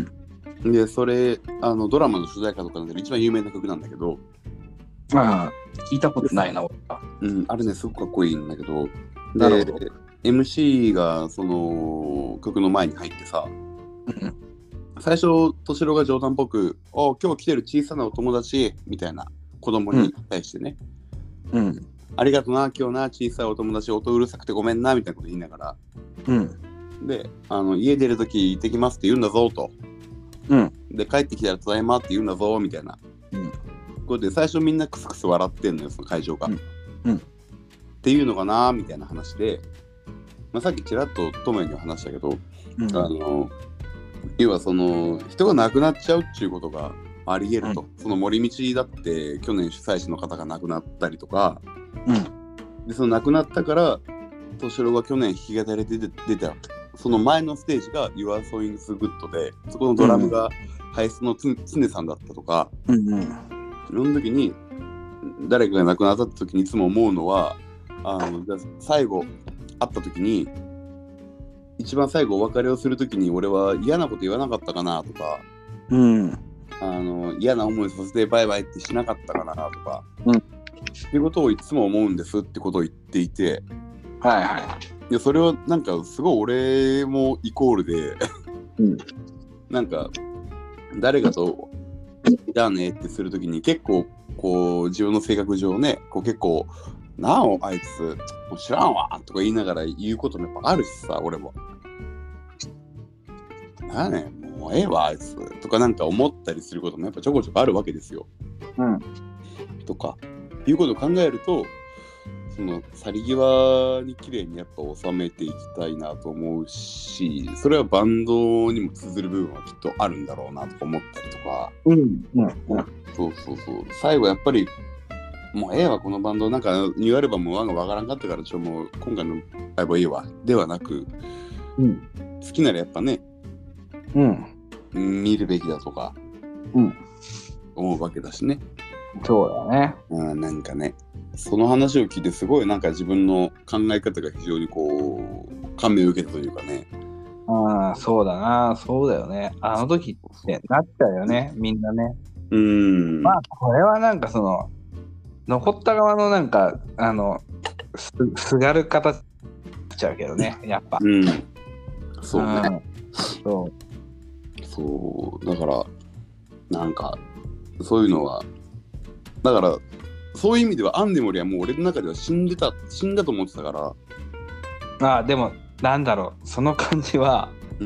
でそれあのドラマの主題歌とかで一番有名な曲なんだけど、 ああ聞いたことないな俺は。 うん、あれねすごくかっこいいんだけど、で エムシー がその曲の前に入ってさ、うん、最初敏郎が冗談っぽく「お今日来てる小さなお友達」みたいな子供に対してね、うんうん、ありがとな今日な小さいお友達音うるさくてごめんなみたいなこと言いながら、うんであの家出るとき行ってきますって言うんだぞと、うん、で帰ってきたらただいまって言うんだぞみたいな、うん、これで最初みんなクスクス笑ってんのよその会場が、うんうん、っていうのかなみたいな話で、まあ、さっきちらっとトメには話したけど、うん、あの要はその人が亡くなっちゃうっていうことがあり得ると、うん、その森道だって去年主催者の方が亡くなったりとか、うん、でその亡くなったから敏郎が去年弾き語りで出て出たその前のステージが Your Song is Good でそこのドラムがハイスのつねさんだったとか、うんうん、その時に誰かが亡くなった時にいつも思うのはあの最後会った時に一番最後お別れをする時に俺は嫌なこと言わなかったかなとか、うん、あの嫌な思いさせてバイバイってしなかったかなとか、うん、っていうことをいつも思うんですってことを言っていて、はいはい、いやそれはなんかすごい俺もイコールで、うん、なんか誰かとじゃあねってするときに結構こう自分の性格上ねこう結構なおあいつもう知らんわとか言いながら言うこともやっぱあるしさ俺もなあねもうええわあいつとかなんか思ったりすることもやっぱちょこちょこあるわけですよ、うん、とかいうことを考えるとその去り際に綺麗にやっぱ収めていきたいなと思うしそれはバンドにも通ずる部分はきっとあるんだろうなとか思ったりとか、うんうんうん、そうそうそう最後やっぱりもうええわこのバンドなんかニューアルバムはわからんかったからちょもう今回のライブはいいわではなく、うん、好きならやっぱね、うん、見るべきだとか、うん、思うわけだしね。 そうだね、 うん、なんかねその話を聞いてすごいなんか自分の考え方が非常にこう感銘を受けたというかね。 ああそうだなそうだよねあの時ってなっちゃうよねみんなね。 うんまあこれはなんかその残った側のなんかあのす、すがる形ちゃうけどね、やっぱ。 うん。そうね。 うん、そう。 そう、だから、なんか、そういうのは、だから、そういう意味ではアンデモリはもう俺の中では死んでた、死んだと思ってたから。 ああ、でも、なんだろう、その感じは、 うん。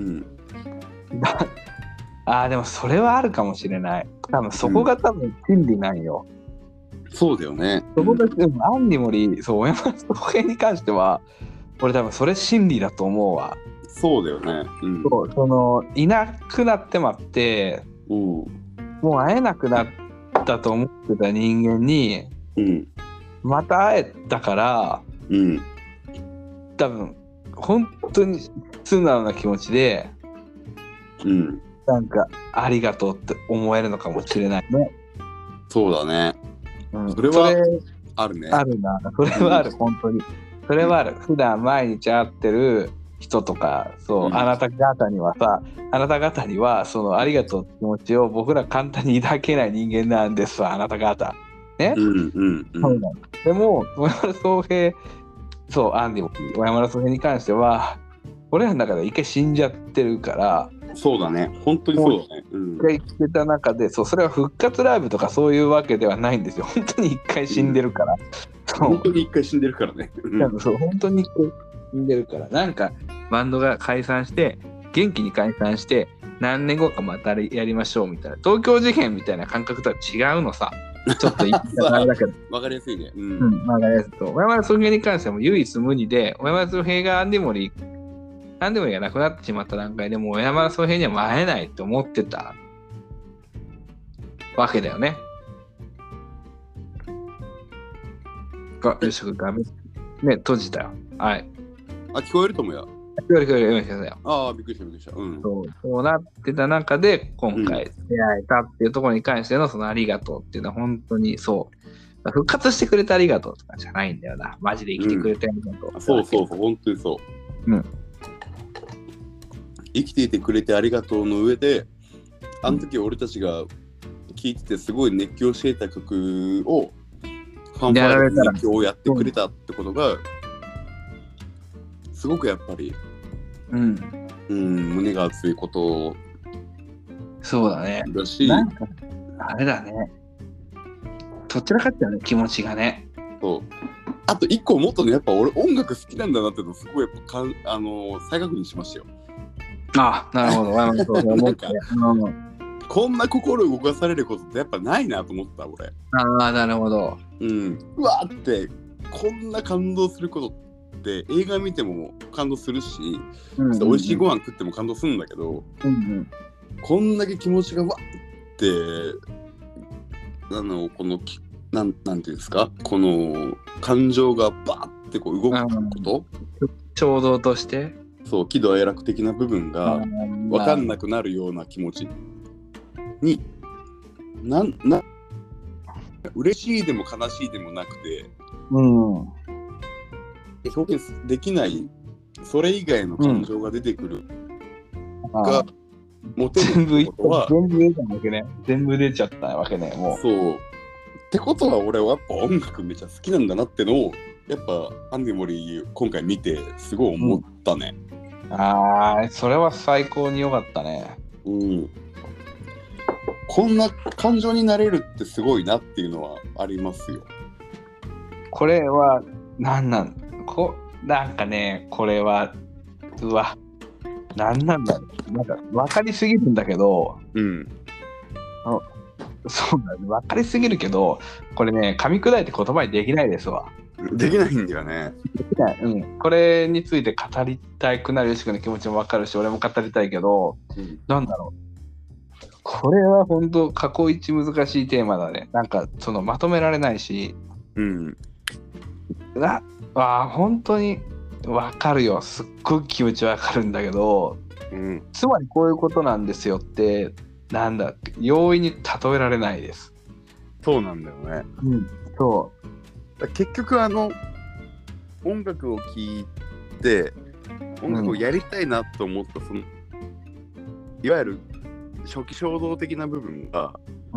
ああ、でもそれはあるかもしれない。多分そこが多分真理なんよ。 うん、そうだよね。 そこが、でもアンデモリ、そう、小山宗平に関しては、俺多分それ真理だと思うわ。 そうだよね。うん、 そう、そのいなくなってまって、 うん、 もう会えなくなったと思ってた人間に、 うん、 また会えたから、 うん、 多分本当に素直な気持ちで、 うん、 なんかありがとうって思えるのかもしれないね。 そうだね。うん、それはそれあるね。 あるな。それはある、うん、本当に。それはある。普段毎日会ってる人とか、そう、うん、あなた方にはさ、あなた方にはそのありがとうって気持ちを僕ら簡単に抱けない人間なんですわ、あなた方。ね。 うんうんうん、 でも、小山田宗平、そう、アンディも小山田宗平に関しては、俺らの中で一回死んじゃってるから、 そうだね、本当にそうだね。 一回生きてた中で、そう、それは復活ライブとかそういうわけではないんですよ。本当に一回死んでるから。うん、 そう本当に一回死んでるからね。 そう、本当に一回死んでるから。なんか、バンドが解散して、元気に解散して、何年後かまたやりましょうみたいな、東京事変みたいな感覚とは違うのさ。ちょっと言い方あれだけど。 わかりやすいね。うん。 うん、わかりやすいと。小山田宗平に関してはもう唯一無二で、小山田宗平がアンディモリ、アンディモリがなくなってしまった段階でもう小山田宗平には会えないと思ってたわけだよね。が、よし、画面、ね、閉じたよ。はい。 あ、聞こえると思うよ。 聞こえる聞こえる、聞こえる。 ああ、びっくりしたびっくりした。うん。 そう、そうなってた中で、今回出会えたっていうところに関してのそのありがとうっていうのは本当にそう。復活してくれてありがとうとかじゃないんだよな。マジで生きてくれてありがとう、 うん。そうそうそう、本当にそう。 うん。 生きていてくれてありがとうの上で、あの時俺たちが聴いててすごい熱狂していた曲を、ファンファーレの熱狂をやってくれたってことが、すごくやっぱり、 うん、 うん、胸が熱いことそうだね。 だし、 なんかあれだね。どちらかっていうね、気持ちがね。 そう。あと一個もっとね、やっぱ俺音楽好きなんだなっていうのをすごいやっぱかんあの再確認しましたよ。 ああ、なるほど。 なんか、うん、こんな心動かされることってやっぱないなと思った俺。 ああ、なるほど。 うん。うわーってこんな感動することって映画見ても感動するし、うんうんうん、美味しいご飯食っても感動するんだけど、うんうん、こんだけ気持ちがわってあのこのなんなんていうんですか、この感情がバーってこう動くこと、 衝動としてそう喜怒哀楽的な部分が分かんなくなるような気持ちになんな嬉しいでも悲しいでもなくて、うん、表現できないそれ以外の感情が出てくる、うん、が持てるってことは全部出たわけね。全部出ちゃったわけね。もうそうってことは俺はやっぱ音楽めちゃ好きなんだなってのをやっぱアンディモリ今回見てすごい思ったね。 うん、ああ、それは最高に良かったね。 うん。こんな感情になれるってすごいなっていうのはありますよ。 これはなんなんこなんかね、これはうわなんなんだろう、なんか分かりすぎるんだけど、うん。あ、そうなんです、分かりすぎるけど、これね噛み砕いて言葉にできないですわ。 できないんだよね。 できない、うん。これについて語りたくなるよしくの気持ちも分かるし、俺も語りたいけど、うん、なんだろう。これは本当過去一難しいテーマだね。なんかそのまとめられないし、うん。なあ本当に分かるよ。すっごい気持ち分かるんだけど、うん、つまりこういうことなんですよってなんだ容易に例えられないです。 そうなんだよね。うん、そう結局あの音楽を聴いて音楽をやりたいなと思ったその、うん、いわゆる初期衝動的な部分が、うん、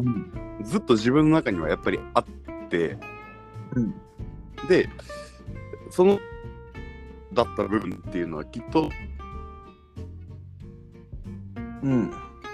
ずっと自分の中にはやっぱりあって、うん、でそのだった部分っていうのはきっとうん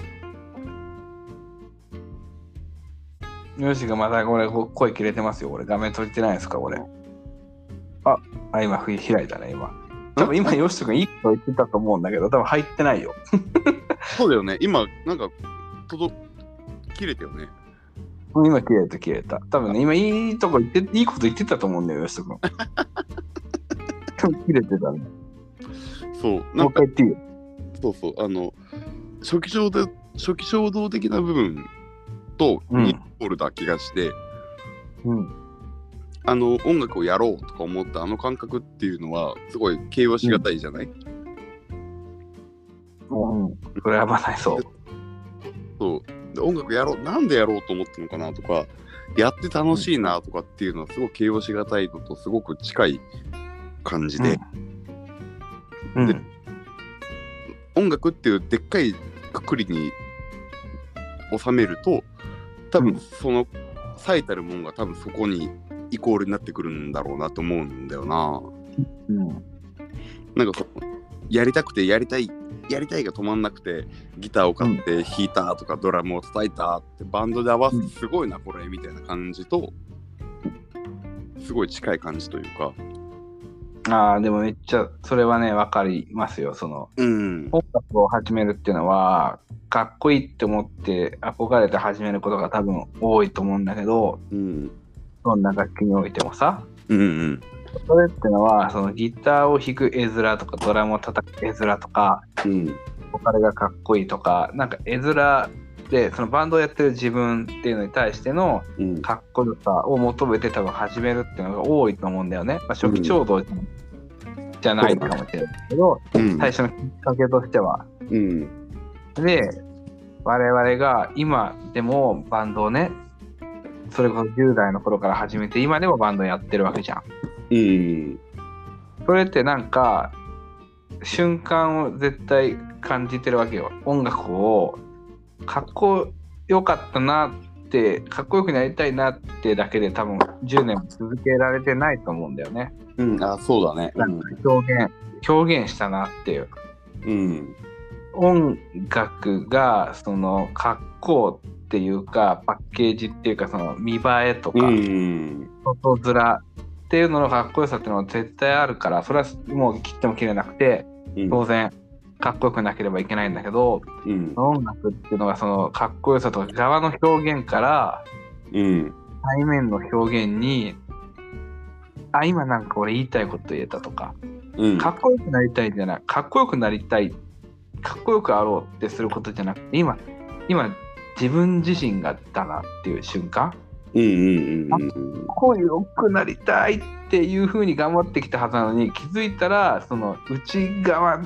よしがまたこれ声切れてますよ。俺画面撮れてないですかこれ。あ、あ今開いたね今。多分今よしとくんいいこと言ってたと思うんだけど多分入ってないよ。 そうだよね。今なんか届切れたよね。 今切れた切れた。多分ね今いいとこ言っていいこと言ってたと思うんだよよしとくん。切れてたね。 そうなんかもう一回言っていいよ。 そうそうあの初期衝動初期衝動的な部分と似ておるだ気がして、 うん、 あの音楽をやろうとか思ったあの感覚っていうのはすごい形容しがたいじゃない？ うん、うん、それはまさにそう。 そうで音楽やろうなんでやろうと思ったのかなとかやって楽しいなとかっていうのはすごく形容しがたいのとすごく近い感じで、 うんで、うん、音楽っていうでっかいくくりに収めると多分その最たるもんが多分そこにイコールになってくるんだろうなと思うんだよな。 うん、 なんかそやりたくてやりたいやりたいが止まんなくてギターを買って弾いたとか、うん、ドラムを叩いたってバンドで合わせてすごいなこれみたいな感じとすごい近い感じというか。 ああでもめっちゃそれはね分かりますよ。その、うん、音楽を始めるっていうのはかっこいいって思って憧れて始めることが多分多いと思うんだけど、うん、どんな楽器においてもさ、うんうん、それってのはそのギターを弾く絵面とかドラムを叩く絵面とか、うん、ボカルがかっこいいとかなんか絵面でそのバンドをやってる自分っていうのに対してのかっこよさを求めて多分始めるっていうのが多いと思うんだよね。まあ、初期衝動じゃないかもしれないけど、うん、最初のきっかけとしては、うん、で我々が今でもバンドをねそれこそじゅう代の頃から始めて今でもバンドやってるわけじゃん、うん、それってなんか瞬間を絶対感じてるわけよ。音楽をかっこよかったなってかっこよくなりたいなってだけで多分じゅうねんも続けられてないと思うんだよね。 うん、あ、そうだね。 なんか表現、表現したなっていう。うん。音楽がその格好っていうかパッケージっていうかその見栄えとか、うん、外面っていうののかっこよさっていうのは絶対あるからそれはもう切っても切れなくて、うん、当然かっこよくなければいけないんだけど、うん、音楽っていうのがそのかっこよさとか側の表現から、うん、対面の表現にあ今なんか俺言いたいこと言えたとか、うん、かっこよくなりたいんじゃないかっこよくなりたいかっこよくあろうってすることじゃなくて今今自分自身がだなっていう瞬間、うんうんうんうん、かっこよくなりたいっていう風に頑張ってきたはずなのに気づいたらその内側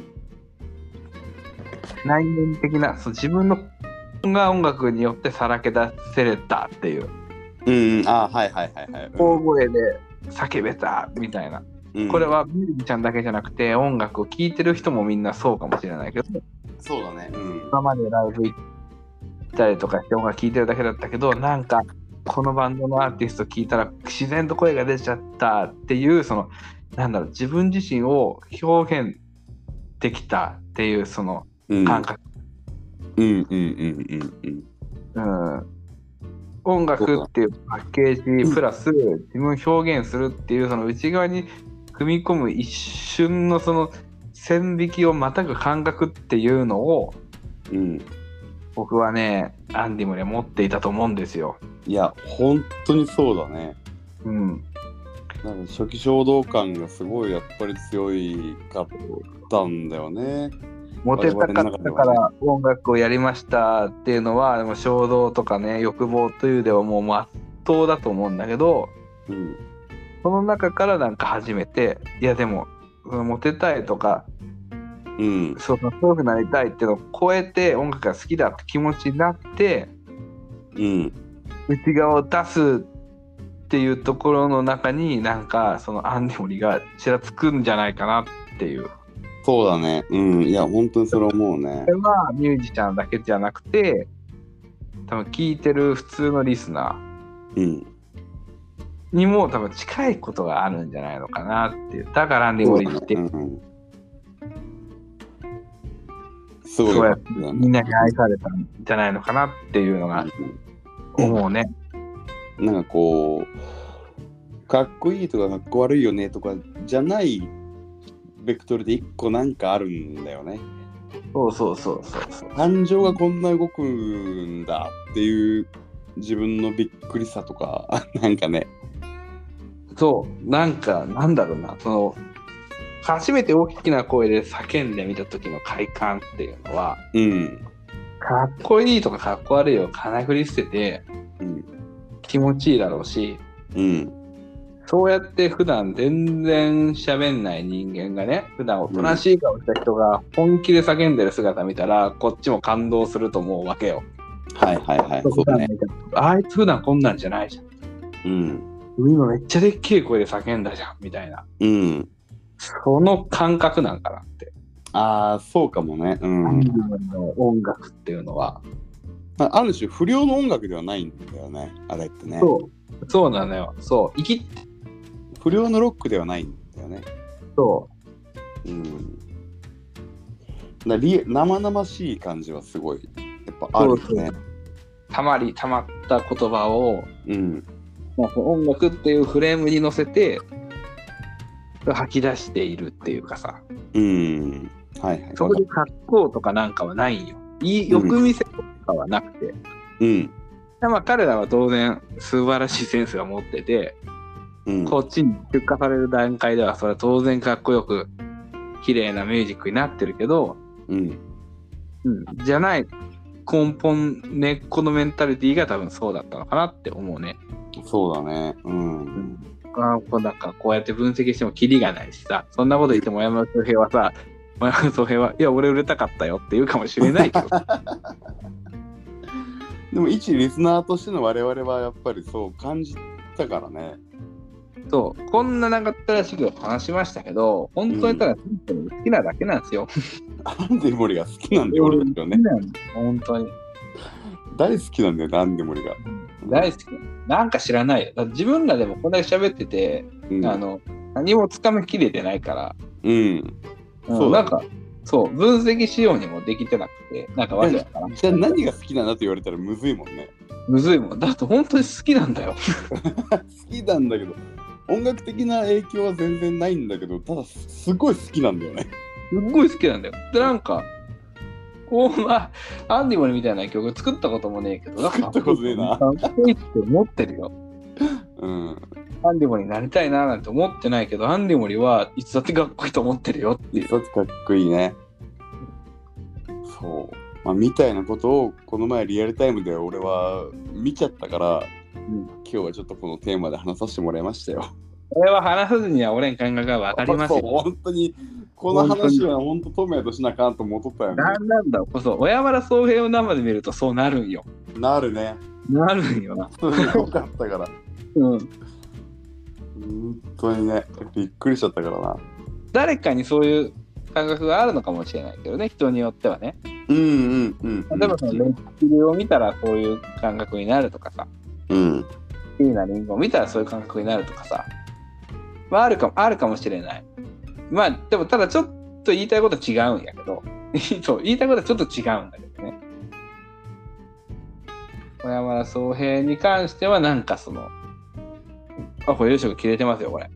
内面的なその自分のが音楽によってさらけ出せれたっていう、 うんうん、あはいはいはいはい、 大声で叫べたみたいな、うん、これはミュージシャンだけじゃなくて音楽を聴いてる人もみんなそうかもしれないけど、 そうだね、うん、 今までライブ行ったりとかして音楽聴いてるだけだったけどなんかこのバンドのアーティスト聴いたら自然と声が出ちゃったっていうそのなんだろう自分自身を表現できたっていうその感覚、 うんうんうんうんうん、 うん、音楽っていうパッケージプラス自分を表現するっていうその内側に組み込む一瞬のその線引きをまたぐ感覚っていうのを、うん、僕はねアンディもね持っていたと思うんですよ。 いや本当にそうだね。 うん。 なんか初期衝動感がすごいやっぱり強いかったんだよね。 モテたかったから音楽をやりましたっていうのはでも衝動とかね欲望というではもう真っ当だと思うんだけど、うん、その中からなんか初めていやでもモテたいとか、うん、そう強くなりたいっていうのを超えて音楽が好きだって気持ちになって、うん、内側を出すっていうところの中になんかそのアンディモリがちらつくんじゃないかなっていう。 そうだね。うん。いや、本当にそれ思うね。 これはミュージシャンだけじゃなくて、多分聴いてる普通のリスナーにも多分近いことがあるんじゃないのかなっていう。だからアンディ・モリーって、うんうん、そうやってみんなに愛されたんじゃないのかなっていうのが思うね。 うん、なんかこうかっこいいとかかっこ悪いよねとかじゃないベクトルで一個なんかあるんだよね。 そうそうそうそうそう。 感情がこんな動くんだっていう自分のびっくりさとかなんかね。 そうなんかなんだろうな、その初めて大きな声で叫んでみた時の快感っていうのは、うん、かっこいいとかかっこ悪いを金振り捨てて、うん、気持ちいいだろうし、うん、そうやって普段全然喋んない人間がね、普段おとなしい顔した人が本気で叫んでる姿見たら、こっちも感動すると思うわけよ。 はいはいはい。そうね。 あいつ普段こんなんじゃないじゃん。うん。今めっちゃでっけえ声で叫んだじゃんみたいな。うん。その感覚なんかなって。 ああ、そうかもね。うん。 音楽っていうのは。 ある種不良の音楽ではないんだよね、あれってね。 そう。そうなのよ。そう。生き不良のロックではないんだよね。 そう。 うん。だリ生々しい感じはすごいやっぱあるよね。そうそうたまりたまった言葉を、うん、まあ、音楽っていうフレームに乗せて吐き出しているっていうかさ、うんはいはい、そこで格好とかなんかはないよ。いいよく見せとかはなくて、うん、まあ彼らは当然素晴らしいセンスが持ってて、うん、こっちに出荷される段階ではそれは当然かっこよく綺麗なミュージックになってるけど、うんうん、じゃない根本根っこのメンタリティが多分そうだったのかなって思うね。 そうだね。うん。うん、 あこうなんかこうやって分析してもキリがないしさ、そんなこと言っても山本翔平はさ、山本翔平はいや俺売れたかったよって言うかもしれないけど。 でも一リスナーとしての我々はやっぱりそう感じたからね。 そうこんな長ったらしく話しましたけど、本当にただシンプルに好きなだけなんですよ。 アンデモリが好きなんだよ、俺たちはね。 本当に。 大好きなんだよ、アンデモリが。 大好き。なんか知らないよ。だ自分らでもこんだけ喋ってて、うん、あの何もつかみきれてないから。うん。そうなんかそう分析しようにもできてなくて、なんかわけだから。 じゃあ何が好きなんだって言われたらむずいもんね。 むずいもん。だって本当に好きなんだよ。 好きなんだけど、音楽的な影響は全然ないんだけど、ただすごい好きなんだよね。 すっごい好きなんだよ。でなんかこうまあアンディモリみたいな曲作ったこともねえけど、 作ったことねえな。 かっこいいって思ってるよ。うん。アンディモリになりたいななんて思ってないけど、アンディモリはいつだってかっこいいと思ってるよっていう。 いつだってかっこいいね。そう。まあみたいなことをこの前リアルタイムで俺は見ちゃったから、うん、今日はちょっとこのテーマで話させてもらいましたよ。 これは話さずには俺の感覚が分かりますよ。 本当にこの話は本当トメとしなあかんと思っとったよね。 なんなんだこそ小山田宗平を生で見るとそうなるんよ。 なるね。 なるんよな。 よかったから。うん。本当にね、びっくりしちゃったからな。 誰かにそういう感覚があるのかもしれないけどね、人によってはね。 うんうんうん、うん。 例えばそのレッキリを見たらそういう感覚になるとかさ。うん。好きなリンゴを見たらそういう感覚になるとかさ。まああるかもあるかもしれない。まあでもただちょっと言いたいことは違うんやけど、そう言いたいことはちょっと違うんだけどね。小山田宗平に関してはなんかその、あこれよしが切れてますよこれ。